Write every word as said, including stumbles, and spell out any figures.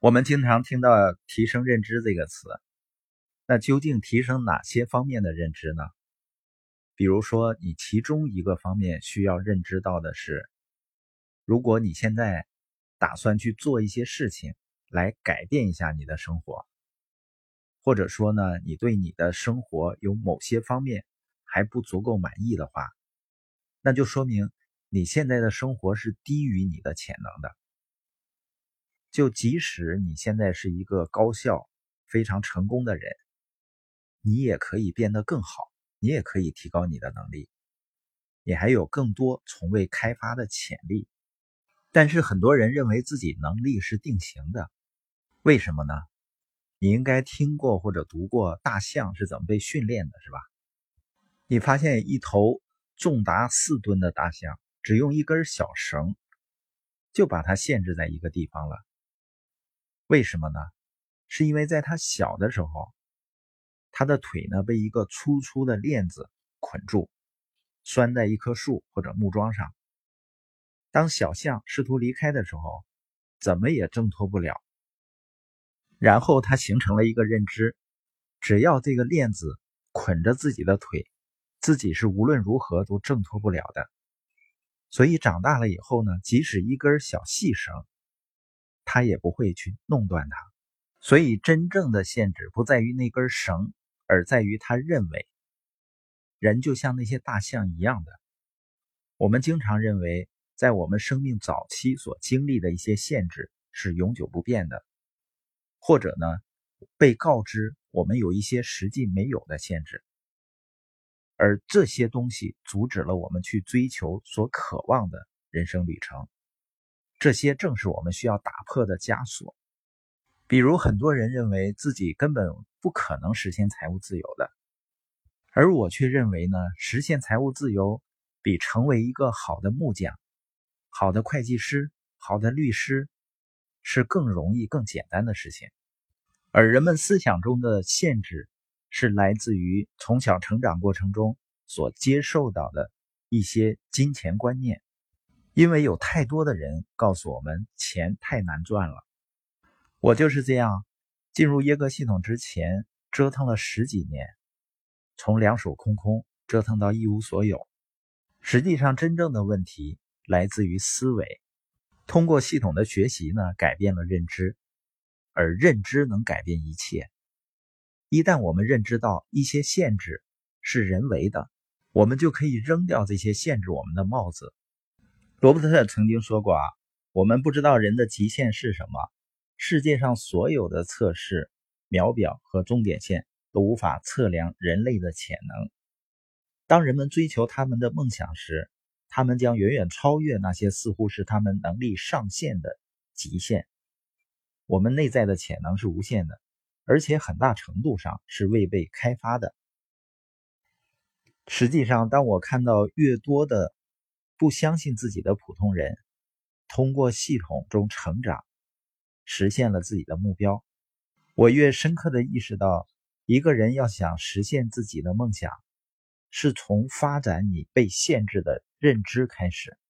我们经常听到提升认知这个词，那究竟提升哪些方面的认知呢？比如说，你其中一个方面需要认知到的是，如果你现在打算去做一些事情来改变一下你的生活，或者说呢，你对你的生活有某些方面还不足够满意的话，那就说明你现在的生活是低于你的潜能的。就即使你现在是一个高效、非常成功的人，你也可以变得更好，你也可以提高你的能力，你还有更多从未开发的潜力。但是很多人认为自己能力是定型的，为什么呢？你应该听过或者读过大象是怎么被训练的，是吧？你发现一头重达四吨的大象，只用一根小绳就把它限制在一个地方了。为什么呢？是因为在它小的时候，它的腿呢被一个粗粗的链子捆住，拴在一棵树或者木桩上。当小象试图离开的时候，怎么也挣脱不了。然后它形成了一个认知，只要这个链子捆着自己的腿，自己是无论如何都挣脱不了的。所以长大了以后呢，即使一根小细绳，他也不会去弄断它。所以真正的限制不在于那根绳，而在于他认为人就像那些大象一样的。我们经常认为在我们生命早期所经历的一些限制是永久不变的，或者呢被告知我们有一些实际没有的限制，而这些东西阻止了我们去追求所渴望的人生旅程。这些正是我们需要打破的枷锁。比如很多人认为自己根本不可能实现财务自由的，而我却认为呢，实现财务自由比成为一个好的木匠、好的会计师、好的律师是更容易、更简单的事情。而人们思想中的限制是来自于从小成长过程中所接受到的一些金钱观念。因为有太多的人告诉我们钱太难赚了。我就是这样，进入耶格系统之前折腾了十几年，从两手空空折腾到一无所有。实际上真正的问题来自于思维。通过系统的学习呢，改变了认知，而认知能改变一切。一旦我们认知到一些限制是人为的，我们就可以扔掉这些限制我们的帽子。罗伯特曾经说过啊，我们不知道人的极限是什么，世界上所有的测试、秒表和终点线都无法测量人类的潜能。当人们追求他们的梦想时，他们将远远超越那些似乎是他们能力上限的极限。我们内在的潜能是无限的，而且很大程度上是未被开发的。实际上，当我看到越多的不相信自己的普通人通过系统中成长，实现了自己的目标，我越深刻地意识到，一个人要想实现自己的梦想，是从发展你被限制的认知开始。